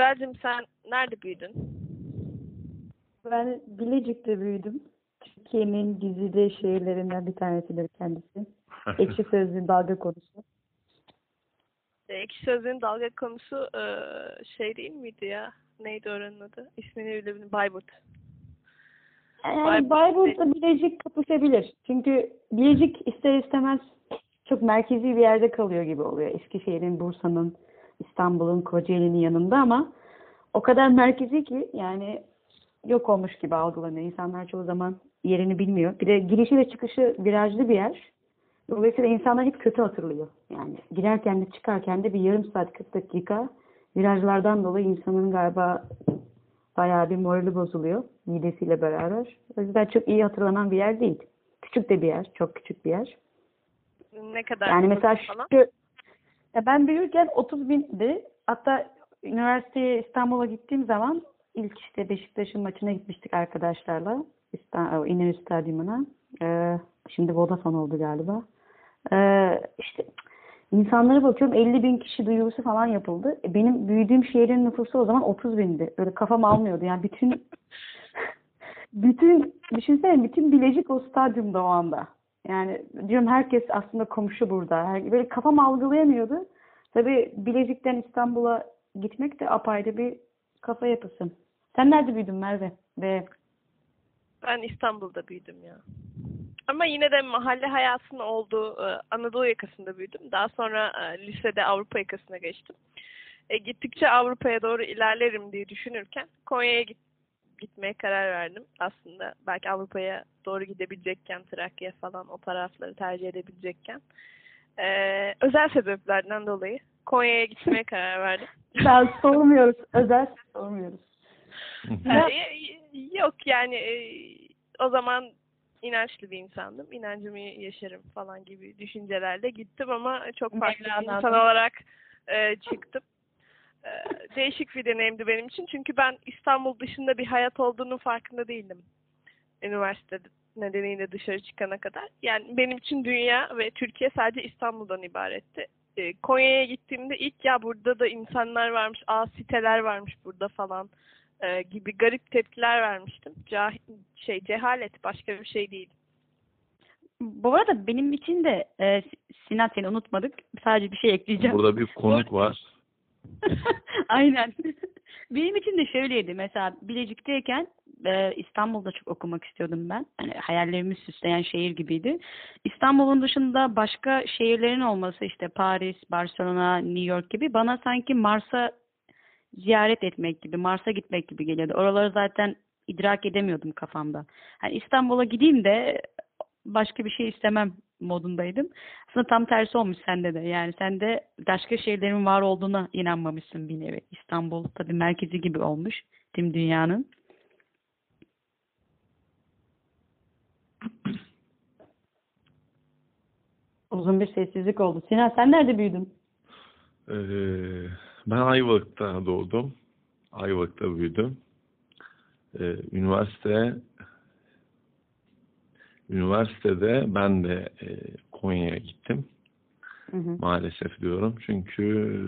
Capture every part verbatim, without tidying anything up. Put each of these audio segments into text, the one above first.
Sibel'cim sen nerede büyüdün? Ben Bilecik'te büyüdüm. Türkiye'nin güzide şehirlerinden bir tanesidir kendisi. Ekşi Sözlüğün dalga konusu. E, Ekşi Sözlüğün dalga konusu e, şey değil miydi ya? Neydi oranın adı? İsmini bile bilmiyorum. Bayburt. Yani Bayburt Bayburt'la Bilecik kapışabilir. Çünkü Bilecik ister istemez çok merkezi bir yerde kalıyor gibi oluyor. Eskişehir'in, Bursa'nın, İstanbul'un, Kocaeli'nin yanında ama o kadar merkezi ki yani yok olmuş gibi algılanıyor. İnsanlar çoğu zaman yerini bilmiyor. Bir de girişi ve çıkışı virajlı bir yer. Dolayısıyla insanlar hep kötü hatırlıyor. Yani girerken de çıkarken de bir yarım saat kırk dakika virajlardan dolayı insanın galiba bayağı bir morali bozuluyor midesiyle beraber. O yüzden çok iyi hatırlanan bir yer değil. Küçük de bir yer. Çok küçük bir yer. ne kadar Yani mesela falan? şu, ya ben büyürken otuz bindi. Hatta üniversiteye İstanbul'a gittiğim zaman ilk işte Beşiktaş'ın maçına gitmiştik arkadaşlarla. İstanbul, İnönü Stadyumu'na. Ee, şimdi Vodafone oldu galiba. Ee, işte insanlara bakıyorum elli bin kişi duyurusu falan yapıldı. E, Benim büyüdüğüm şehrin nüfusu o zaman otuz bindi. Böyle kafam almıyordu. Yani bütün bütün düşünsene bütün Bilecik o stadyumda o anda. Yani diyorum herkes aslında komşu burada. Her, böyle kafam algılayamıyordu. Tabii Bilecik'ten İstanbul'a gitmek de apayrı bir kafa yapısı. Sen nerede büyüdün Merve? Ve Ben İstanbul'da büyüdüm ya. Ama yine de mahalle hayatının olduğu e, Anadolu yakasında büyüdüm. Daha sonra e, lisede Avrupa yakasına geçtim. E, gittikçe Avrupa'ya doğru ilerlerim diye düşünürken Konya'ya git, gitmeye karar verdim. Aslında belki Avrupa'ya doğru gidebilecekken, Trakya falan o tarafları tercih edebilecekken. E, özel sebeplerden dolayı Konya'ya gitmeye karar verdim. ben sormuyoruz. Özel sormuyoruz. E, yok yani e, o zaman inançlı bir insandım. İnancımı yaşarım falan gibi düşüncelerle gittim ama çok farklı bir insan olarak e, çıktım. E, değişik bir deneyimdi benim için. Çünkü ben İstanbul dışında bir hayat olduğunun farkında değildim. Üniversite nedeniyle dışarı çıkana kadar. Yani benim için dünya ve Türkiye sadece İstanbul'dan ibaretti. E, Konya'ya gittiğimde ilk ya burada da insanlar varmış, aa siteler varmış burada falan e, gibi garip tepkiler vermiştim. Cah şey cehalet başka bir şey değil. Bu arada benim için de e, Sinan seni unutmadık. Sadece bir şey ekleyeceğim. Burada bir konuk var. Aynen. Benim için de şöyleydi. Mesela Bilecik'teyken e, İstanbul'da çok okumak istiyordum ben. Hani hayallerimi süsleyen şehir gibiydi. İstanbul'un dışında başka şehirlerin olması işte Paris, Barcelona, New York gibi bana sanki Mars'a ziyaret etmek gibi, Mars'a gitmek gibi geliyordu. Oraları zaten idrak edemiyordum kafamda. Hani İstanbul'a gideyim de başka bir şey istemem modundaydım. Aslında tam tersi olmuş sende de. Yani sen de başka şehirlerin var olduğuna inanmamışsın bir nevi. İstanbul tabii merkezi gibi olmuş tüm dünyanın. Uzun bir sessizlik oldu. Sinan sen nerede büyüdün? Ee, ben Ayvalık'ta doğdum. Ayvalık'ta büyüdüm. Ee, üniversite üniversitede ben de e, Konya'ya gittim. Hı hı. Maalesef diyorum. Çünkü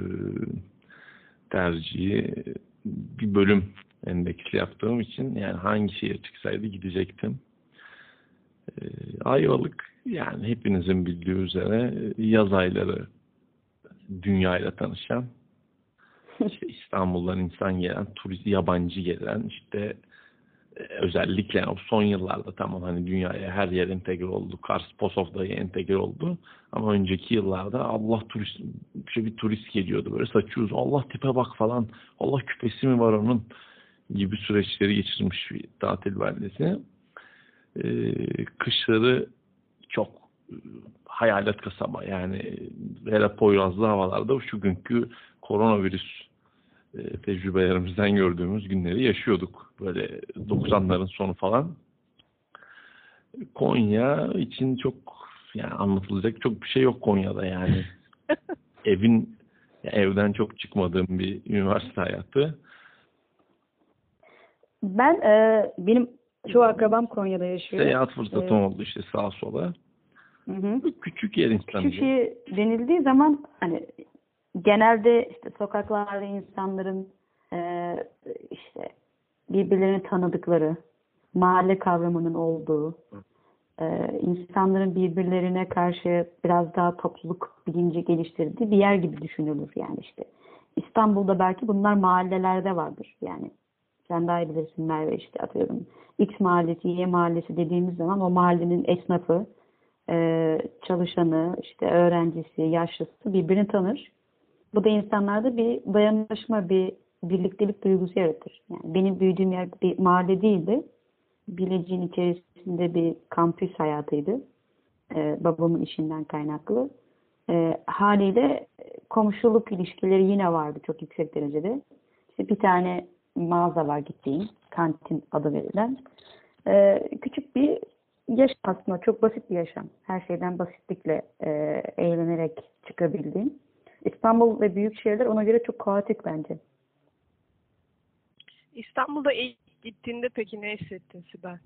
tercihi bir bölüm endeksli yaptığım için yani hangi şehir çıksaydı gidecektim. Ee, Ayvalık yani hepinizin bildiği üzere yaz ayları dünyayla tanışan, işte İstanbul'dan insan gelen, turist, yabancı gelen, işte e, özellikle yani son yıllarda tamam hani dünyaya her yer entegre oldu. Kars, Posof'da entegre oldu. Ama önceki yıllarda Allah turist, şey bir turist geliyordu böyle saçı uzun. Allah tipe bak falan. Allah küpesi mi var onun gibi süreçleri geçirmiş bir tatil beldesi. Ee, kışları çok e, hayalet kasaba yani hele Poyrazlı havalarda şu günkü koronavirüs e, tecrübelerimizden gördüğümüz günleri yaşıyorduk. Böyle doksanların sonu falan. Konya için çok yani anlatılacak çok bir şey yok Konya'da yani. Evin evden çok çıkmadığım bir üniversite hayatı. Ben e, benim çoğu akrabam Konya'da yaşıyor. Seyahat fırsatım Ee, oldu işte sağa sola. Hı hı. Küçük yer insanı. Küçük şehir denildiği zaman hani genelde işte sokaklarda insanların e, işte birbirlerini tanıdıkları, mahalle kavramının olduğu, e, insanların birbirlerine karşı biraz daha topluluk bilinci geliştirdiği bir yer gibi düşünülür yani işte. İstanbul'da belki bunlar mahallelerde vardır yani. Sen daha iyi bilirsin Merve, işte atıyorum X mahallesi, Y mahallesi dediğimiz zaman o mahallenin esnafı, e, çalışanı, işte öğrencisi, yaşlısı birbirini tanır. Bu da insanlarda bir dayanışma, bir birliktelik duygusu yaratır. Yani benim büyüdüğüm yer bir mahalle değildi. Bilecik'in içerisinde bir kampüs hayatıydı. Ee, babamın işinden kaynaklı. Ee, haliyle komşuluk ilişkileri yine vardı çok yüksek derecede. İşte bir tane mağaza var gittiğim, kantin adı verilen. Ee, küçük bir yaşam aslında, çok basit bir yaşam. Her şeyden basitlikle e, eğlenerek çıkabildiğim. İstanbul ve büyük şehirler ona göre çok kaotik bence. İstanbul'da ilk gittiğinde peki ne hissettin Sibel?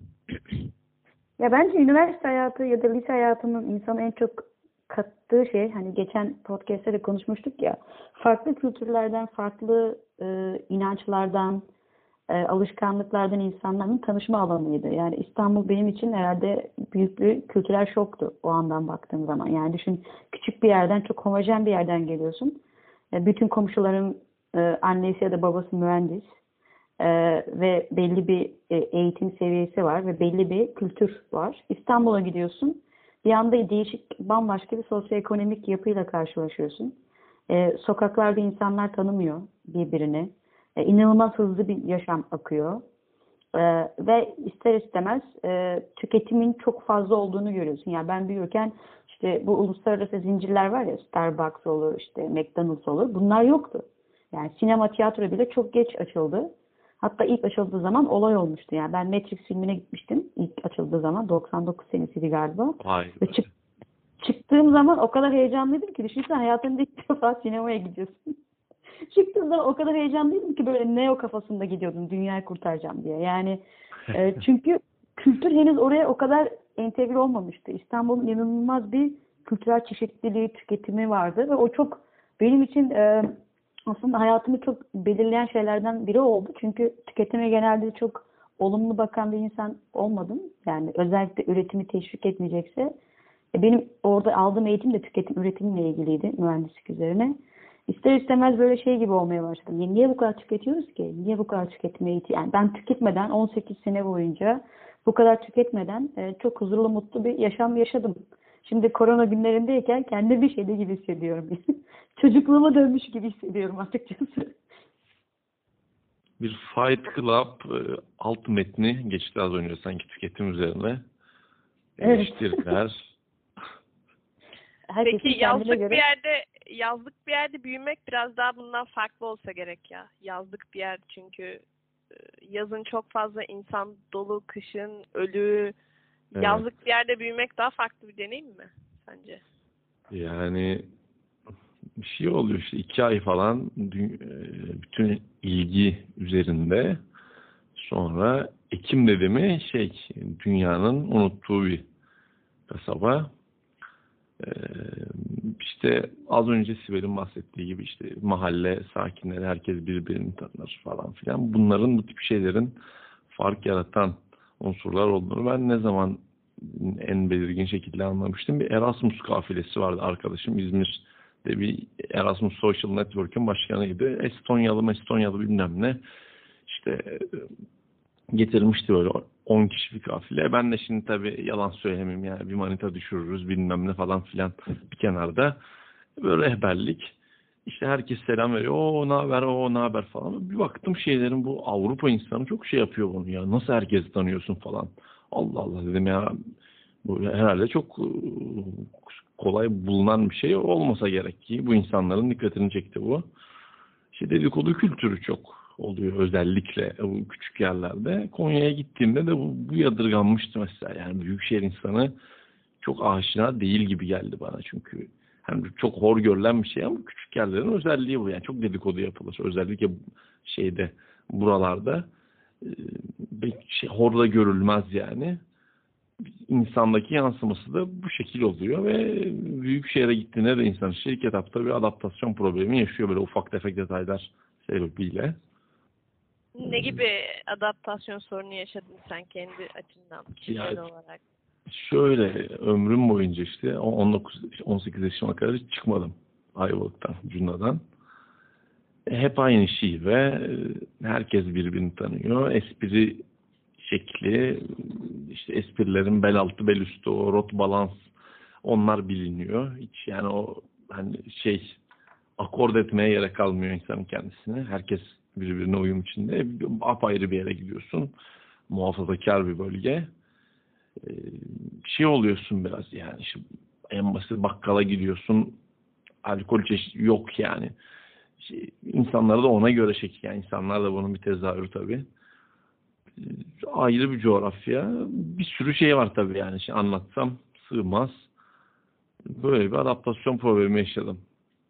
Ya bence üniversite hayatı ya da lise hayatının insana en çok kattığı şey, hani geçen podcast'te de konuşmuştuk ya, farklı kültürlerden, farklı e, inançlardan, e, alışkanlıklardan insanların tanışma alanıydı. Yani İstanbul benim için herhalde büyük bir kültürel şoktu o andan baktığım zaman. Yani düşün, küçük bir yerden, çok homojen bir yerden geliyorsun. E, bütün komşuların e, annesi ya da babası mühendis. Ee, ve belli bir e, eğitim seviyesi var ve belli bir kültür var. İstanbul'a gidiyorsun. Bir anda değişik, bambaşka bir sosyoekonomik yapıyla karşılaşıyorsun. Ee, sokaklarda insanlar tanımıyor birbirini. Ee, inanılmaz hızlı bir yaşam akıyor. Ee, ve ister istemez e, tüketimin çok fazla olduğunu görüyorsun. Yani ben büyürken işte bu uluslararası zincirler var ya, Starbucks olur, işte McDonald's olur. Bunlar yoktu. Yani sinema, tiyatro bile çok geç açıldı. Hatta ilk açıldığı zaman olay olmuştu. Yani ben Matrix filmine gitmiştim ilk açıldığı zaman. doksan dokuz senesiydi galiba. Vay Ve çık, çıktığım zaman o kadar heyecanlıydım ki, düşünsene hayatımda ilk defa sinemaya gidiyorsun. Çıktığım zaman o kadar heyecanlıydım ki böyle Neo kafasında gidiyordum dünyayı kurtaracağım diye. Yani e, çünkü kültür henüz oraya o kadar entegre olmamıştı. İstanbul'un inanılmaz bir kültürel çeşitliliği, tüketimi vardı ve o çok benim için e, aslında hayatımı çok belirleyen şeylerden biri oldu. Çünkü tüketime genelde çok olumlu bakan bir insan olmadım. Yani özellikle üretimi teşvik etmeyecekse. Benim orada aldığım eğitim de tüketim, üretimle ilgiliydi, mühendislik üzerine. İster istemez böyle şey gibi olmaya başladım. Yani niye bu kadar tüketiyoruz ki? Niye bu kadar tüketmeye ihtiyaç? Yani ben tüketmeden on sekiz sene boyunca bu kadar tüketmeden çok huzurlu, mutlu bir yaşam yaşadım. Şimdi korona günlerindeyken kendi bir şeyde gibi hissediyorum. Çocukluğuma dönmüş gibi hissediyorum açıkçası. Bir Fight Club e, alt metni geçti az önce sanki tüketim üzerine. Evet. Eleştiriler. Peki yazlık göre... bir yerde yazlık bir yerde büyümek biraz daha bundan farklı olsa gerek ya. Yazlık bir yer çünkü yazın çok fazla insan dolu, kışın ölü. Evet. Yazlık bir yerde büyümek daha farklı bir deneyim mi sence? Yani bir şey oluyor işte iki ay falan bütün ilgi üzerinde, sonra Ekim dedi mi şey dünyanın unuttuğu bir kasaba. Ee, işte az önce Sibel'in bahsettiği gibi işte mahalle sakinleri, herkes birbirini tanır falan filan. Bunların bu tip şeylerin fark yaratan unsurlar olduğunu ben ne zaman en belirgin şekilde anlamıştım. Bir Erasmus kafilesi vardı arkadaşım. İzmir'de bir Erasmus Social Network'ün başkanıydı. Estonyalı, Estonyalı bilmem ne. İşte getirmişti böyle on kişi bir kafile. Ben de şimdi tabii yalan söylemeyeyim yani bir manita düşürürüz bilmem ne falan filan bir kenarda. Böyle rehberlik. İşte herkes selam veriyor. O ne haber, o ne haber falan. Bir baktım şeylerin bu Avrupa insanı çok şey yapıyor bunu ya. Nasıl herkesi tanıyorsun falan. Allah Allah dedim ya. Bu herhalde çok kolay bulunan bir şey olmasa gerek ki. Bu insanların dikkatini çekti bu. İşte dedikodu kültürü çok oluyor özellikle bu küçük yerlerde. Konya'ya gittiğimde de bu, bu yadırganmıştı mesela. Yani büyükşehir insanı çok aşina değil gibi geldi bana çünkü. Hem çok hor görülen bir şey ama küçük yerlerin özelliği bu. Yani çok dedikodu yapılır. Özellikle şeyde buralarda e, şey, hor da görülmez yani. İnsandaki yansıması da bu şekil oluyor ve büyük şehre gittiğinde de insan ilk etapta bir adaptasyon problemi yaşıyor böyle ufak tefek detaylar sebebiyle. Ne gibi adaptasyon sorunu yaşadın sen kendi açından, kişisel Ya, olarak? şöyle ömrüm boyunca işte on dokuz on sekiz yaşıma kadar hiç çıkmadım Ayvalık'tan, Cunda'dan. Hep aynı şive, herkes birbirini tanıyor. Espri şekli, işte esprilerin bel altı bel üstü, o rot balans, onlar biliniyor. Hiç yani o hani şey akord etmeye gerek kalmıyor insanın kendisine. Herkes birbirine uyum içinde. Apayrı bir yere gidiyorsun. Muhafazakar bir bölge. Ee, şey oluyorsun biraz yani. Şimdi en basit bakkala gidiyorsun. Alkol çeşit yok yani. Şey, insanları da ona göre şekil. Yani insanlar da bunun bir tezahürü tabii. Ee, ayrı bir coğrafya. Bir sürü şey var tabii yani. Şimdi anlatsam sığmaz. Böyle bir adaptasyon problemi yaşadım.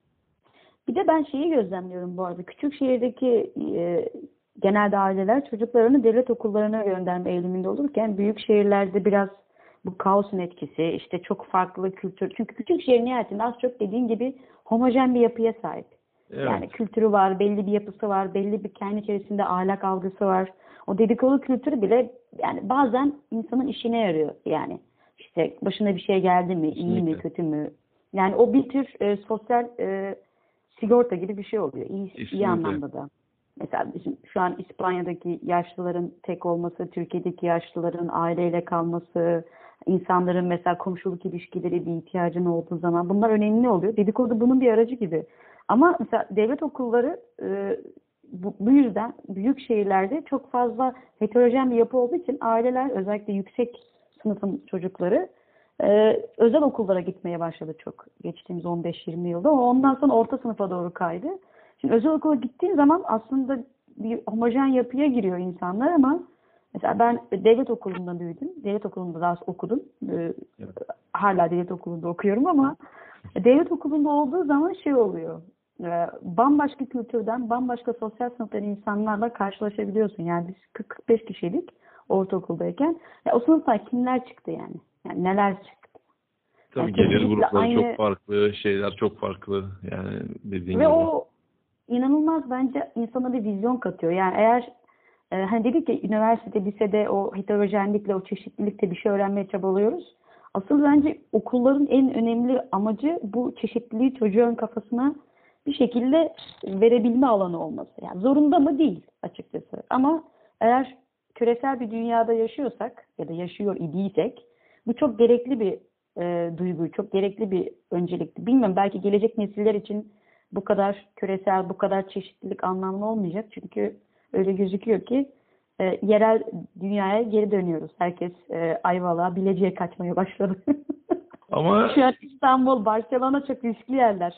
Bir de ben şeyi gözlemliyorum bu arada. Küçük şehirdeki e, genelde aileler çocuklarını devlet okullarına gönderme eğiliminde olurken büyük şehirlerde biraz bu kaosun etkisi, işte çok farklı kültür. Çünkü küçük şehir nihayetinde az çok dediğin gibi homojen bir yapıya sahip. Evet. Yani kültürü var, belli bir yapısı var, belli bir kendi içerisinde ahlak algısı var. O dedikodu kültürü bile yani bazen insanın işine yarıyor yani. İşte başına bir şey geldi mi, iyi mi, Kesinlikle. kötü mü? Yani o bir tür e, sosyal e, sigorta gibi bir şey oluyor. İyi, iyi Kesinlikle. anlamda da. Mesela bizim şu an İspanya'daki yaşlıların tek olması, Türkiye'deki yaşlıların aileyle kalması, insanların mesela komşuluk ilişkileri bir ihtiyacın olduğu zaman bunlar önemli oluyor. Dedikodu bunun bir aracı gibi. Ama mesela devlet okulları e, bu, bu yüzden büyük şehirlerde çok fazla heterojen bir yapı olduğu için aileler özellikle yüksek sınıfın çocukları Ee, özel okullara gitmeye başladı çok geçtiğimiz on beş yirmi yılda. Ondan sonra orta sınıfa doğru kaydı. Şimdi özel okula gittiğin zaman aslında bir homojen yapıya giriyor insanlar ama mesela ben devlet okulunda büyüdüm. Devlet okulunda daha okudum. Ee, Evet. Hala devlet okulunda okuyorum ama devlet okulunda olduğu zaman şey oluyor. Ee, bambaşka kültürden, bambaşka sosyal sınıftan insanlarla karşılaşabiliyorsun. Yani biz kırk kırk beş kişiydik ortaokuldayken. Ya, o sınıftan kimler çıktı yani? Yani neler çıktı? Tabii Yani gelir kesinlikle grupları aynı çok farklı, şeyler çok farklı. Yani dediğin ve gibi. o inanılmaz bence insana bir vizyon katıyor. Yani eğer e, hani dedik ki üniversitede, lisede o heterojenlikle, o çeşitlilikle bir şey öğrenmeye çabalıyoruz. Asıl bence okulların en önemli amacı bu çeşitliliği çocuğun kafasına bir şekilde verebilme alanı olması. Yani zorunda mı değil açıkçası. Ama eğer küresel bir dünyada yaşıyorsak ya da yaşıyor idiysek bu çok gerekli bir e, duygu, çok gerekli bir öncelikti. Bilmiyorum, belki gelecek nesiller için bu kadar küresel, bu kadar çeşitlilik anlamlı olmayacak. Çünkü öyle gözüküyor ki e, yerel dünyaya geri dönüyoruz. Herkes e, Ayvalık'a, Bilecik'e kaçmaya başladı. Ama Şu an İstanbul, Barcelona çok riskli yerler.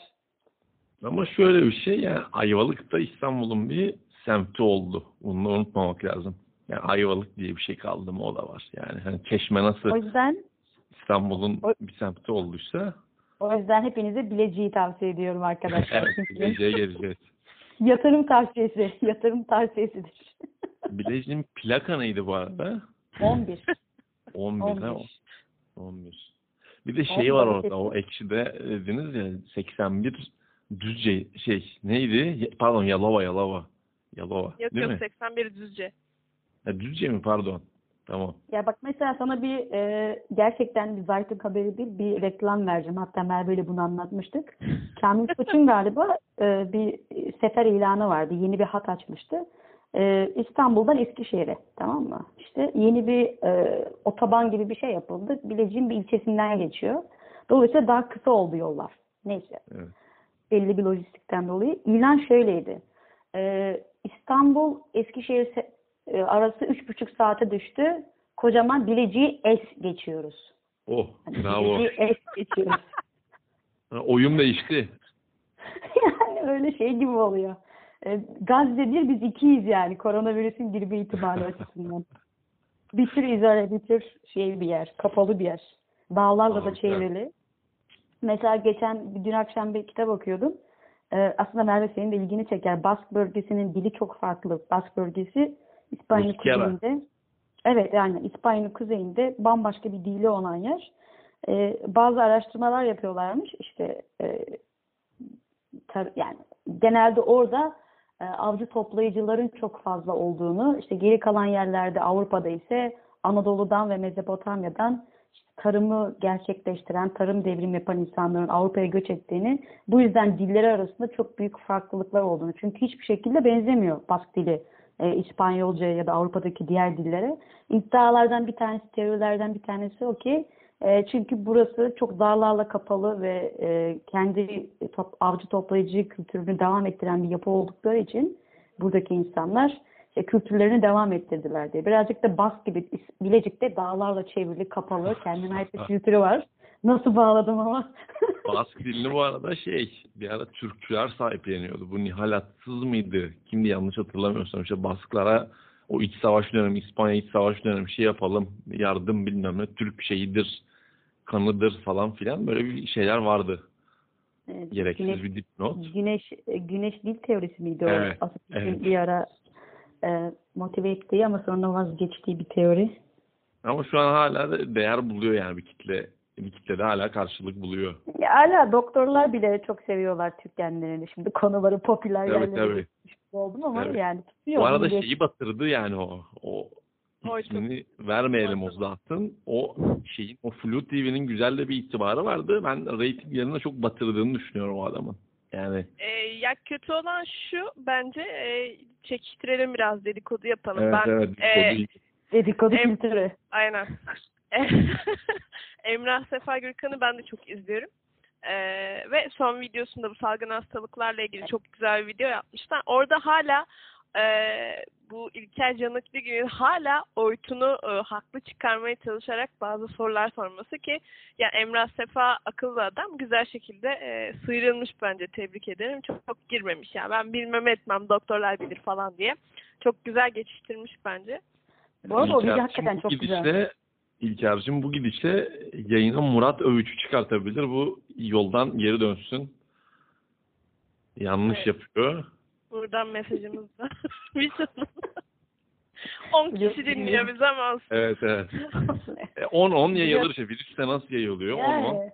ama şöyle bir şey yani Ayvalık da İstanbul'un bir semti oldu. Bunu unutmamak lazım. Yani Ayvalık diye bir şey kaldı mı o da var. Yani hani Çeşme nasıl O yüzden İstanbul'un o, bir semti olduysa o yüzden hepinize Bilecik'i tavsiye ediyorum arkadaşlar. evet, Çünkü Bilecik'e geleceğiz. yatırım tavsiyesi, yatırım tavsiyesidir. Bilecik'in plaka neydi bu arada? on bir. on bir. on ha? bir. on bir. Bir de on şey var balık orada, o etli. ekşide dediniz ya seksen bir Düzce şey neydi? Pardon Yalova Yalova. Yalova Yok değil yok mi? seksen bir Düzce. Ha, Düzce mi pardon. Tamam. Ya bak mesela sana bir e, gerçekten bir Zaytun haberi değil, bir reklam vereceğim. Hatta Merve ile bunu anlatmıştık. Kamil Koç'un galiba e, bir sefer ilanı vardı. Yeni bir hat açmıştı. E, İstanbul'dan Eskişehir'e, tamam mı? İşte yeni bir e, otoban gibi bir şey yapıldı. Bilecik'in bir ilçesinden geçiyor. Dolayısıyla daha kısa oldu yollar. Neyse. Evet. Belli bir lojistikten dolayı. İlan şöyleydi. E, İstanbul Eskişehir se- e, arası üç buçuk saate düştü. Kocaman Bilecik'i es geçiyoruz. Oh Hani bravo. Bilecik'i es geçiyoruz. Ha, oyun değişti. Yani öyle şey gibi oluyor. E, Gazze bir, biz ikiyiz yani. Koronavirüsün girme ihtimali açısından. Bir tür izole, bir tür şey bir yer. Kapalı bir yer. Dağlarla da Harika. çevrili. Mesela geçen, dün akşam bir kitap okuyordum. Ee, aslında Merve senin de ilgini çeker. Bask bölgesinin dili çok farklı. Bask bölgesi İspanya'nın Euskera. kuzeyinde. Evet, yani İspanya'nın kuzeyinde bambaşka bir dili olan yer. Ee, bazı araştırmalar yapıyorlarmış. İşte e, tar- yani genelde orada e, avcı toplayıcıların çok fazla olduğunu, işte geri kalan yerlerde Avrupa'da ise Anadolu'dan ve Mezopotamya'dan işte tarımı gerçekleştiren, tarım devrimi yapan insanların Avrupa'ya göç ettiğini, bu yüzden dilleri arasında çok büyük farklılıklar olduğunu. Çünkü hiçbir şekilde benzemiyor Bask dili e, İspanyolca'ya ya da Avrupa'daki diğer dillere. İddialardan bir tanesi, teorilerden bir tanesi o ki e, çünkü burası çok dağlarla kapalı ve e, kendi top, avcı toplayıcı kültürünü devam ettiren bir yapı oldukları için buradaki insanlar işte kültürlerini devam ettirdiler diye. Birazcık da Bask gibi Bilecik'te dağlarla çevrili, kapalı, kendine ait bir kültürü var. Nasıl bağladım ama? Bask dilini bu arada şey, bir ara Türkçüler sahipleniyordu. Bu Nihalatsız mıydı? Kimdi yanlış hatırlamıyorsam. İşte Basklara o iç savaş dönemi, İspanya iç savaş dönemi şey yapalım, yardım bilmem ne, Türk şeyidir, kanıdır falan filan, böyle bir şeyler vardı. Evet, Gereksiz güneş, bir dipnot. Güneş, güneş dil teorisi miydi o? Evet, Atatürk'ün evet. bir ara e, motive ettiği ama sonra vazgeçtiği bir teori. Ama şu an hala da değer buluyor yani bir kitle. Bir kitlede hala karşılık buluyor. Ya hala doktorlar bile çok seviyorlar Türk genlerini. Şimdi konuları popüler Tabii yerlere tabii. geçmiş oldum ama tabii. yani tutuyor. Bu arada bunu şeyi batırdı yani o. O Oytu. ismini vermeyelim o zatın. O şeyin, o Flu T V'nin güzel de bir itibarı vardı. Ben reytinglerine çok batırdığını düşünüyorum o adamın. Yani. E, ya kötü olan şu bence e, çekiştirelim biraz dedikodu yapalım. Evet ben evet. e, Dedikodu, Dedikodu Em- kültürü. aynen. Emrah Sefa Gürkan'ı ben de çok izliyorum. Ee, ve son videosunda bu salgın hastalıklarla ilgili çok güzel bir video yapmışlar. Orada hala e, bu İlker Canıklıgil'in hala Oytun'u e, haklı çıkarmaya çalışarak bazı sorular sorması ki ya Emrah Sefa akıllı adam, güzel şekilde e, sıyrılmış bence, tebrik ederim. Çok, çok girmemiş yani, ben bilmem etmem, doktorlar bilir falan diye. Çok güzel geçiştirmiş bence. Bu arada o video İlker'cim hakikaten bu çok gidişle, güzel. İlker'cim bu gidişle yayına Murat Övüç'ü çıkartabilir. Bu yoldan geri dönsün. Yanlış Evet. yapıyor. Buradan mesajımız da. on kişi dinliyor bize ama olsun. Evet evet. on on yayılır işte. Virüste nasıl yayılıyor? on on. Yani.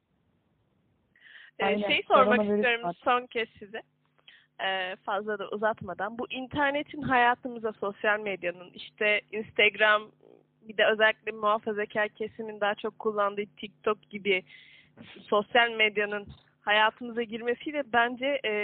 Ee, Aynen. şey sormak Koronavirüs istiyorum var. son kez size. Ee, fazla da uzatmadan. Bu internetin hayatımıza, sosyal medyanın, işte Instagram, bir de özellikle muhafazakar kesimin daha çok kullandığı TikTok gibi sosyal medyanın hayatımıza girmesiyle bence e,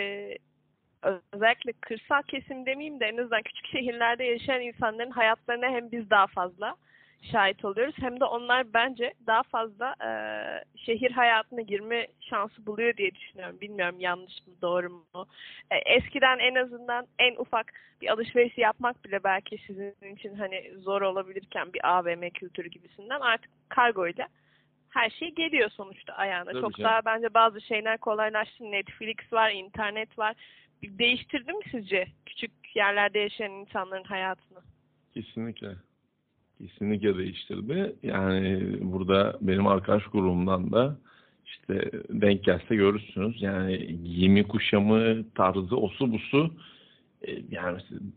özellikle kırsal kesim demeyeyim de en azından küçük şehirlerde yaşayan insanların hayatlarına hem biz daha fazla şahit oluyoruz hem de onlar bence daha fazla e, şehir hayatına girme şansı buluyor diye düşünüyorum. Bilmiyorum yanlış mı doğru mu? E, eskiden en azından en ufak bir alışveriş yapmak bile belki sizin için hani zor olabilirken bir A V M kültürü gibisinden artık kargoyla her şey geliyor sonuçta ayağına. Tabii Çok canım. daha bence bazı şeyler kolaylaştı. Netflix var, internet var. Bir değiştirdi mi sizce küçük yerlerde yaşayan insanların hayatını? Kesinlikle. Kesinlikle değiştirdi. Yani burada benim arkadaş grubumdan da işte denk gelse görürsünüz. Yani giyimi, kuşamı, tarzı, osu busu, e, yani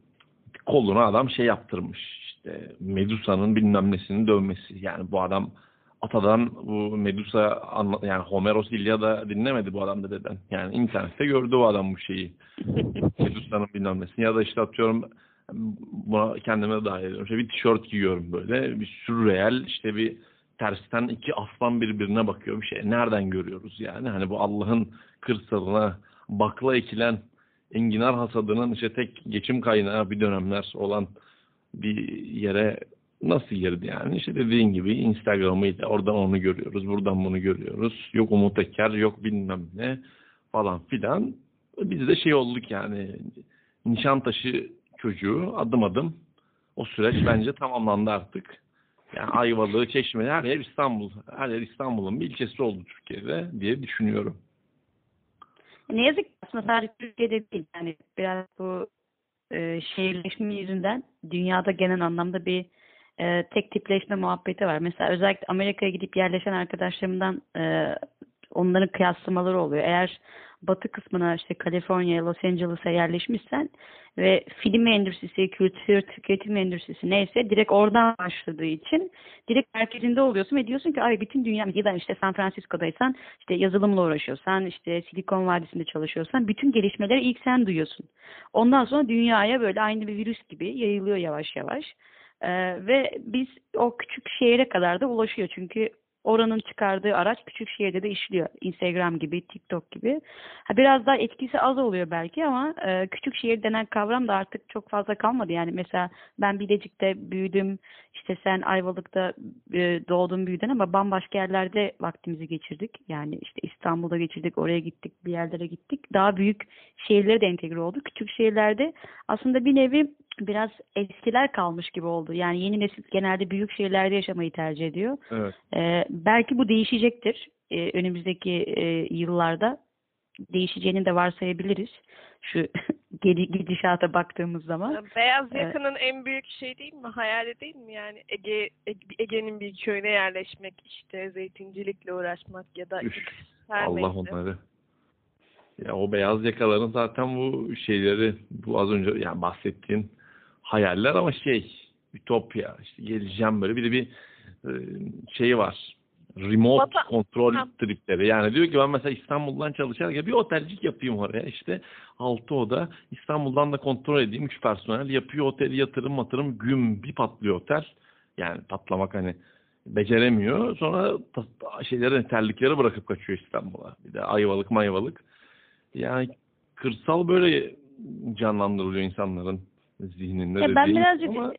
koluna adam şey yaptırmış. İşte Medusa'nın bilmem nesinin dövmesi. Yani bu adam atadan bu Medusa anla, yani Homeros İlyada dinlemedi bu adam dededen. Yani internette gördü bu adam bu şeyi. Medusa'nın bilmem nesini. Ya da işte atıyorum, buna kendime de dahil ediyorum. İşte bir tişört giyiyorum böyle. Bir sürreel, işte bir tersten iki aslan birbirine bakıyor bir şey. Nereden görüyoruz yani? Hani bu Allah'ın kırsalına bakla ekilen enginar hasadının işte tek geçim kaynağı bir dönemler olan bir yere nasıl girdi yani? İşte dediğin gibi Instagram'ıyla oradan onu görüyoruz, buradan bunu görüyoruz. Yok Umut Eker, yok bilmem ne falan filan. Biz de şey olduk yani, Nişantaşı çocuğu adım adım o süreç bence tamamlandı artık. Yani Ayvalık, Çeşme, her yer İstanbul. Her yer İstanbul'un bir ilçesi oldu Türkiye'de diye düşünüyorum. Ne yazık ki aslında sadece Türkiye'de değil. Yani biraz bu e, şehirleşme yüzünden dünyada genel anlamda bir e, tek tipleşme muhabbeti var. Mesela özellikle Amerika'ya gidip yerleşen arkadaşlarımdan e, onların kıyaslamaları oluyor. Eğer batı kısmına işte Kaliforniya, Los Angeles'a yerleşmişsen ve film endüstrisi, kültür, tüketim endüstrisi neyse direkt oradan başladığı için direkt merkezinde oluyorsun ve diyorsun ki ay bütün dünya, ya da işte San Francisco'daysan işte yazılımla uğraşıyorsan, işte Silikon Vadisi'nde çalışıyorsan bütün gelişmeleri ilk sen duyuyorsun. Ondan sonra dünyaya böyle aynı bir virüs gibi yayılıyor yavaş yavaş. Ee, ve biz o küçük şehire kadar da ulaşıyor. Çünkü oranın çıkardığı araç küçük şehirde de işliyor. Instagram gibi, TikTok gibi. Ha, biraz daha etkisi az oluyor belki ama e, küçük şehir denen kavram da artık çok fazla kalmadı. Yani mesela ben Bilecik'te büyüdüm. İşte sen Ayvalık'ta e, doğdun büyüdün ama bambaşka yerlerde vaktimizi geçirdik. Yani işte İstanbul'da geçirdik, oraya gittik, bir yerlere gittik. Daha büyük şehirlere de entegre olduk. Küçük şehirlerde aslında bir nevi biraz eskiler kalmış gibi oldu. Yani yeni nesil genelde büyük şehirlerde yaşamayı tercih ediyor. Evet. Ee, belki bu değişecektir. Ee, önümüzdeki e, yıllarda değişeceğini de varsayabiliriz. Şu geri gidişata baktığımız zaman. Beyaz yakanın ee, en büyük şey değil mi? Hayali değil mi? Yani Ege Ege'nin bir köyüne yerleşmek, işte zeytincilikle uğraşmak ya da Üf, her Allah neyse. onları. Ya o beyaz yakaların zaten bu şeyleri, bu az önce yani bahsettiğin hayaller ama şey, ütopya, işte geleceğim böyle, bir de bir e, şeyi var. Remote Vatan- kontrol ha. tripleri. Yani diyor ki ben mesela İstanbul'dan çalışarken bir otelcik yapayım oraya, işte altı oda, İstanbul'dan da kontrol edeyim, üç personel yapıyor oteli, yatırım matırım, güm bir patlıyor otel. Yani patlamak hani beceremiyor. Sonra ta- şeyleri, terlikleri bırakıp kaçıyor İstanbul'a. Bir de Ayvalık mayvalık. Yani kırsal böyle canlandırılıyor insanların zihninde Ya de ben değil birazcık ama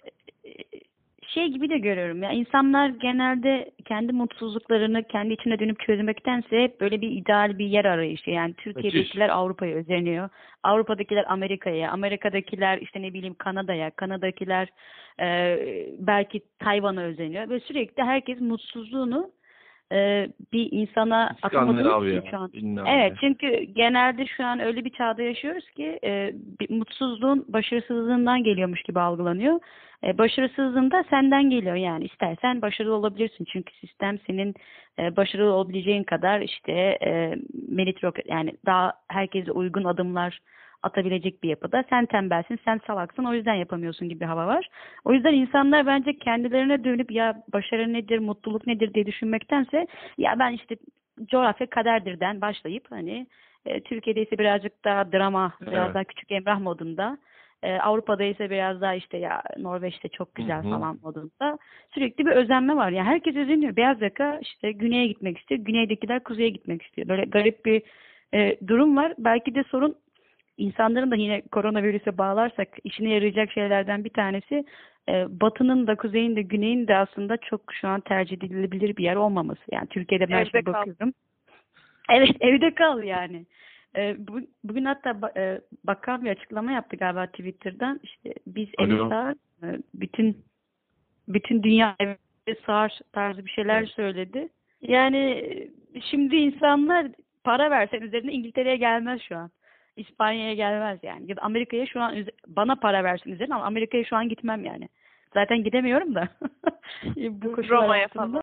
şey gibi de görüyorum ya, insanlar genelde kendi mutsuzluklarını kendi içine dönüp çözmektense hep böyle bir ideal bir yer arayışı. Yani Türkiye'dekiler Avrupa'ya özeniyor. Avrupa'dakiler Amerika'ya, Amerika'dakiler işte ne bileyim Kanada'ya, Kanada'dakiler e, belki Tayvan'a özeniyor. Ve sürekli herkes mutsuzluğunu e, bir insana atamadığımız için şu an. Evet, çünkü genelde şu an öyle bir çağda yaşıyoruz ki e, bir mutsuzluğun başarısızlığından geliyormuş gibi algılanıyor. E, başarısızlığın da senden geliyor, yani istersen başarılı olabilirsin. Çünkü sistem senin e, başarılı olabileceğin kadar işte e, meritokrat, yani daha herkese uygun adımlar atabilecek bir yapıda. Sen tembelsin, sen salaksın, o yüzden yapamıyorsun gibi bir hava var. O yüzden insanlar bence kendilerine dönüp ya başarı nedir, mutluluk nedir diye düşünmektense ya ben işte coğrafya kaderdirden başlayıp hani e, Türkiye'de ise birazcık daha drama, biraz evet. daha Küçük Emrah modunda, e, Avrupa'da ise biraz daha işte ya Norveç'te çok güzel Hı hı. falan modunda sürekli bir özenme var. Yani herkes özeniyor. Beyaz yaka işte güneye gitmek istiyor, güneydekiler kuzeye gitmek istiyor. Böyle garip bir e, durum var. Belki de sorun İnsanların da, yine koronavirüse bağlarsak, işine yarayacak şeylerden bir tanesi e, Batı'nın da Kuzey'in de Güney'in de aslında çok şu an tercih edilebilir bir yer olmaması. Yani Türkiye'de ben Evde şimdi kal. bakıyorum. Evet, evde kal yani. E, bu, bugün hatta ba- e, bakan bir açıklama yaptı galiba Twitter'dan. İşte biz eve Alo. sığar, e, bütün bütün dünya eve sığar tarzı bir şeyler Evet. söyledi. Yani e, şimdi insanlar para versen üzerine İngiltere'ye gelmez şu an. İspanya'ya gelmez yani. Ya da Amerika'ya şu an üze- bana para versin üzerine ama Amerika'ya şu an gitmem yani. Zaten gidemiyorum da. Bu koşullar Roma'ya altında. falan.